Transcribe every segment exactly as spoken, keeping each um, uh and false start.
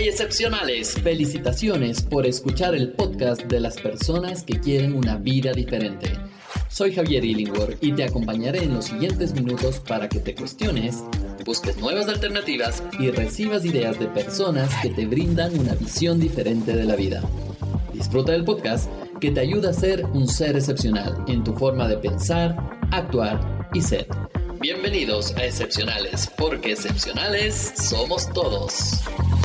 ¡Hey, excepcionales! Felicitaciones por escuchar el podcast de las personas que quieren una vida diferente. Soy Javier Illingworth y te acompañaré en los siguientes minutos para que te cuestiones, busques nuevas alternativas y recibas ideas de personas que te brindan una visión diferente de la vida. Disfruta del podcast que te ayuda a ser un ser excepcional en tu forma de pensar, actuar y ser. Bienvenidos a Excepcionales, porque excepcionales somos todos.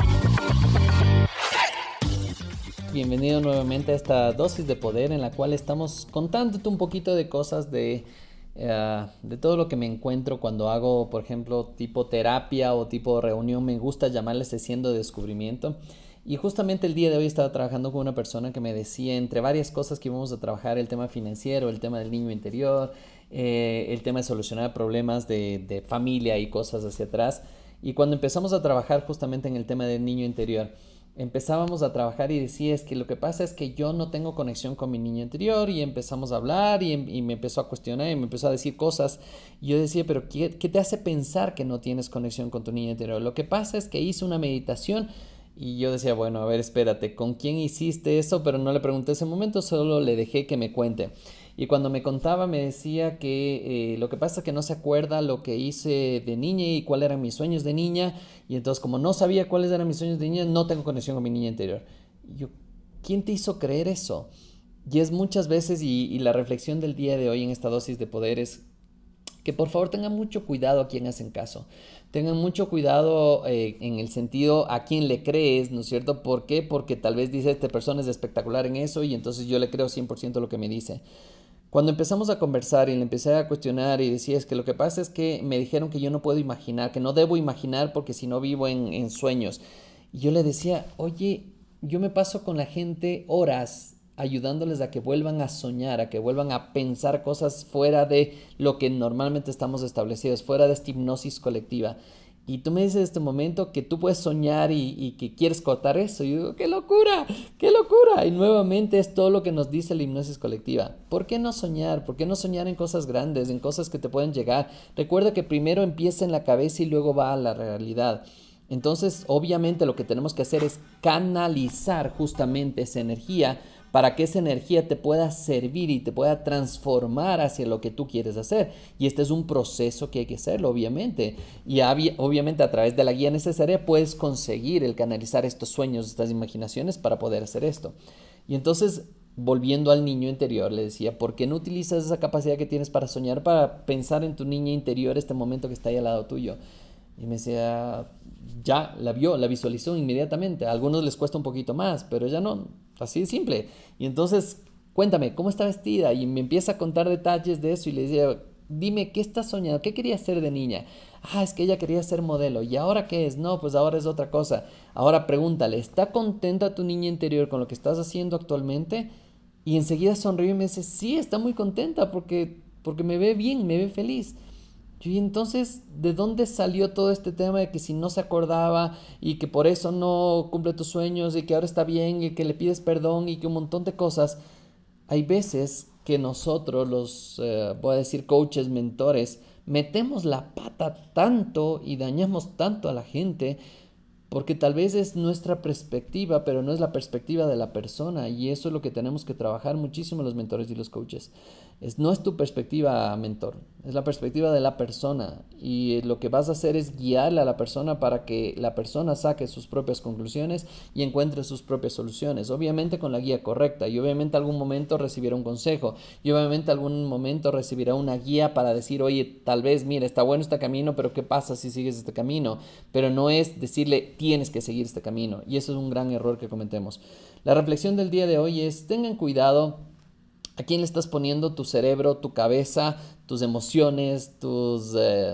Bienvenido nuevamente a esta dosis de poder en la cual estamos contándote un poquito de cosas de, uh, de todo lo que me encuentro cuando hago, por ejemplo, tipo terapia o tipo reunión. Me gusta llamarle sesión de descubrimiento. Y justamente el día de hoy estaba trabajando con una persona que me decía, entre varias cosas que íbamos a trabajar, el tema financiero, el tema del niño interior, eh, el tema de solucionar problemas de, de familia y cosas hacia atrás. Y cuando empezamos a trabajar justamente en el tema del niño interior, empezábamos a trabajar y decía, es que lo que pasa es que yo no tengo conexión con mi niño interior, y empezamos a hablar y, y me empezó a cuestionar y me empezó a decir cosas. Y yo decía, pero ¿qué, qué te hace pensar que no tienes conexión con tu niño interior? Lo que pasa es que hice una meditación. Y yo decía, bueno, a ver, espérate, ¿con quién hiciste eso? Pero no le pregunté ese momento, solo le dejé que me cuente. Y cuando me contaba me decía que eh, lo que pasa es que no se acuerda lo que hice de niña y cuáles eran mis sueños de niña. Y entonces, como no sabía cuáles eran mis sueños de niña, no tengo conexión con mi niña interior. Y yo, ¿quién te hizo creer eso? Y es muchas veces, y, y la reflexión del día de hoy en esta dosis de poder es que por favor tengan mucho cuidado a quien hacen caso. Tengan mucho cuidado eh, en el sentido a quién le crees, ¿no es cierto? ¿Por qué? Porque tal vez dice, esta persona es espectacular en eso y entonces yo le creo cien por ciento lo que me dice. Cuando empezamos a conversar y le empecé a cuestionar y decía, es que lo que pasa es que me dijeron que yo no puedo imaginar, que no debo imaginar porque si no vivo en, en sueños. Y yo le decía, oye, yo me paso con la gente horas ayudándoles a que vuelvan a soñar, a que vuelvan a pensar cosas fuera de lo que normalmente estamos establecidos, fuera de esta hipnosis colectiva. Y tú me dices en este momento que tú puedes soñar y, y que quieres cortar eso. Y yo digo, ¡qué locura! ¡Qué locura! Y nuevamente es todo lo que nos dice la hipnosis colectiva. ¿Por qué no soñar? ¿Por qué no soñar en cosas grandes, en cosas que te pueden llegar? Recuerda que primero empieza en la cabeza y luego va a la realidad. Entonces, obviamente lo que tenemos que hacer es canalizar justamente esa energía para que esa energía te pueda servir y te pueda transformar hacia lo que tú quieres hacer. Y este es un proceso que hay que hacerlo, obviamente. Y obviamente a través de la guía necesaria puedes conseguir el canalizar estos sueños, estas imaginaciones para poder hacer esto. Y entonces, volviendo al niño interior, le decía, ¿por qué no utilizas esa capacidad que tienes para soñar, para pensar en tu niña interior, este momento que está ahí al lado tuyo? Y me decía, ya la vio, la visualizó inmediatamente. A algunos les cuesta un poquito más, pero ella no, así de simple. Y entonces, cuéntame, ¿cómo está vestida? Y me empieza a contar detalles de eso y le decía, dime, ¿qué estás soñando? ¿Qué quería ser de niña? Ah, es que ella quería ser modelo. ¿Y ahora qué es? No, pues ahora es otra cosa. Ahora pregúntale, ¿está contenta tu niña interior con lo que estás haciendo actualmente? Y enseguida sonríe y me dice, sí, está muy contenta porque, porque me ve bien, me ve feliz. Y entonces, ¿de dónde salió todo este tema de que si no se acordaba y que por eso no cumple tus sueños y que ahora está bien y que le pides perdón y que un montón de cosas? Hay veces que nosotros, los, eh, voy a decir coaches, mentores, metemos la pata tanto y dañamos tanto a la gente porque tal vez es nuestra perspectiva, pero no es la perspectiva de la persona, y eso es lo que tenemos que trabajar muchísimo los mentores y los coaches. Es, no es tu perspectiva, mentor, es la perspectiva de la persona, y lo que vas a hacer es guiarle a la persona para que la persona saque sus propias conclusiones y encuentre sus propias soluciones, obviamente con la guía correcta, y obviamente algún momento recibirá un consejo, y obviamente algún momento recibirá una guía para decir, oye, tal vez, mira, está bueno este camino, pero ¿qué pasa si sigues este camino? Pero no es decirle, tienes que seguir este camino, y eso es un gran error que cometemos. La reflexión del día de hoy es, tengan cuidado a quién le estás poniendo tu cerebro, tu cabeza, tus emociones, tus eh,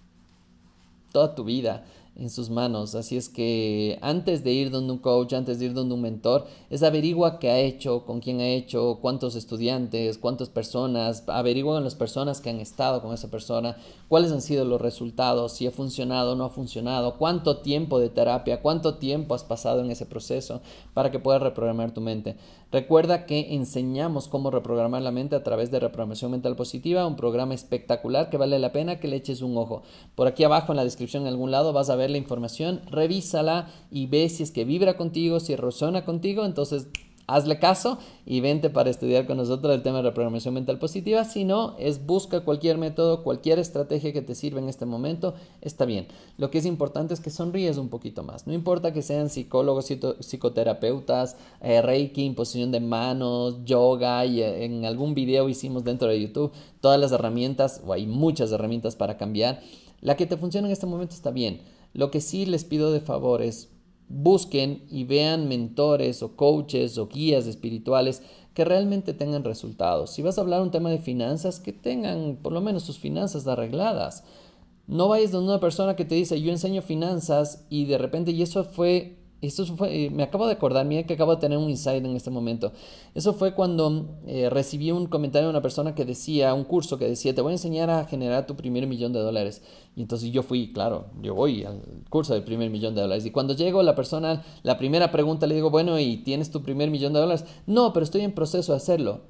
toda tu vida en sus manos. Así es que antes de ir donde un coach, antes de ir donde un mentor, es averigua qué ha hecho, con quién ha hecho, cuántos estudiantes, cuántas personas, averigua con las personas que han estado con esa persona, cuáles han sido los resultados, si ha funcionado o no ha funcionado, cuánto tiempo de terapia, cuánto tiempo has pasado en ese proceso para que puedas reprogramar tu mente. Recuerda que enseñamos cómo reprogramar la mente a través de Reprogramación Mental Positiva, un programa espectacular que vale la pena que le eches un ojo. Por aquí abajo en la descripción en algún lado vas a ver ver la información, revísala y ve si es que vibra contigo, si resuena contigo, entonces hazle caso y vente para estudiar con nosotros el tema de reprogramación mental positiva. Si no, es busca cualquier método, cualquier estrategia que te sirva en este momento, está bien. Lo que es importante es que sonríes un poquito más. No importa que sean psicólogos, psicoterapeutas, eh, reiki, imposición de manos, yoga, y eh, en algún video hicimos dentro de YouTube todas las herramientas, o hay muchas herramientas para cambiar. La que te funciona en este momento está bien. Lo que sí les pido de favor es busquen y vean mentores o coaches o guías espirituales que realmente tengan resultados. Si vas a hablar un tema de finanzas, que tengan por lo menos sus finanzas arregladas. No vayas de una persona que te dice yo enseño finanzas y de repente, y eso fue, eso fue, me acabo de acordar, mira que acabo de tener un insight en este momento. Eso fue cuando eh, recibí un comentario de una persona que decía, un curso que decía, te voy a enseñar a generar tu primer millón de dólares. Y entonces yo fui, claro, yo voy al curso del primer millón de dólares. Y cuando llego, la persona, la primera pregunta le digo, bueno, ¿y tienes tu primer millón de dólares? No, pero estoy en proceso de hacerlo.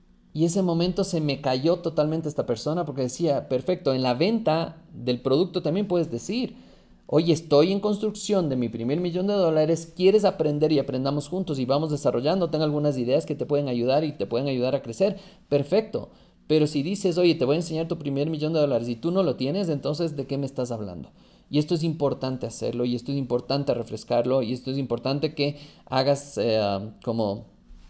Y ese momento se me cayó totalmente esta persona porque decía, perfecto, en la venta del producto también puedes decir, oye, estoy en construcción de mi primer millón de dólares, ¿quieres aprender y aprendamos juntos y vamos desarrollando? Tengo algunas ideas que te pueden ayudar y te pueden ayudar a crecer. Perfecto. Pero si dices, oye, te voy a enseñar tu primer millón de dólares y tú no lo tienes, entonces, ¿de qué me estás hablando? Y esto es importante hacerlo y esto es importante refrescarlo y esto es importante que hagas eh, como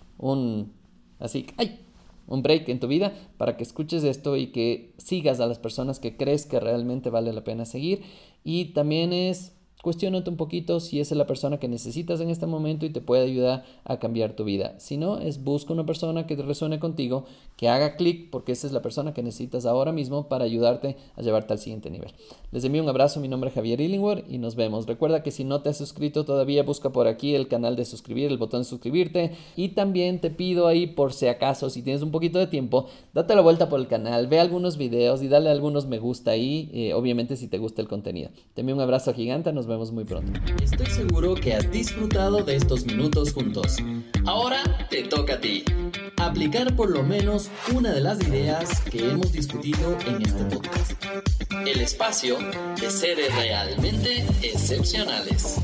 un, así, ¡ay! un break en tu vida para que escuches esto y que sigas a las personas que crees que realmente vale la pena seguir. Y también es, cuestiónate un poquito si esa es la persona que necesitas en este momento y te puede ayudar a cambiar tu vida. Si no, es busca una persona que te resuene contigo, que haga clic, porque esa es la persona que necesitas ahora mismo para ayudarte a llevarte al siguiente nivel. Les envío un abrazo, mi nombre es Javier Illingworth y nos vemos. Recuerda que si no te has suscrito todavía, busca por aquí el canal de suscribir, el botón de suscribirte, y también te pido ahí, por si acaso, si tienes un poquito de tiempo, date la vuelta por el canal, ve algunos videos y dale algunos me gusta ahí, eh, obviamente si te gusta el contenido. Te envío un abrazo gigante, nos vemos muy pronto. Estoy seguro que has disfrutado de estos minutos juntos. Ahora te toca a ti aplicar por lo menos una de las ideas que hemos discutido en este podcast. El espacio de seres realmente excepcionales.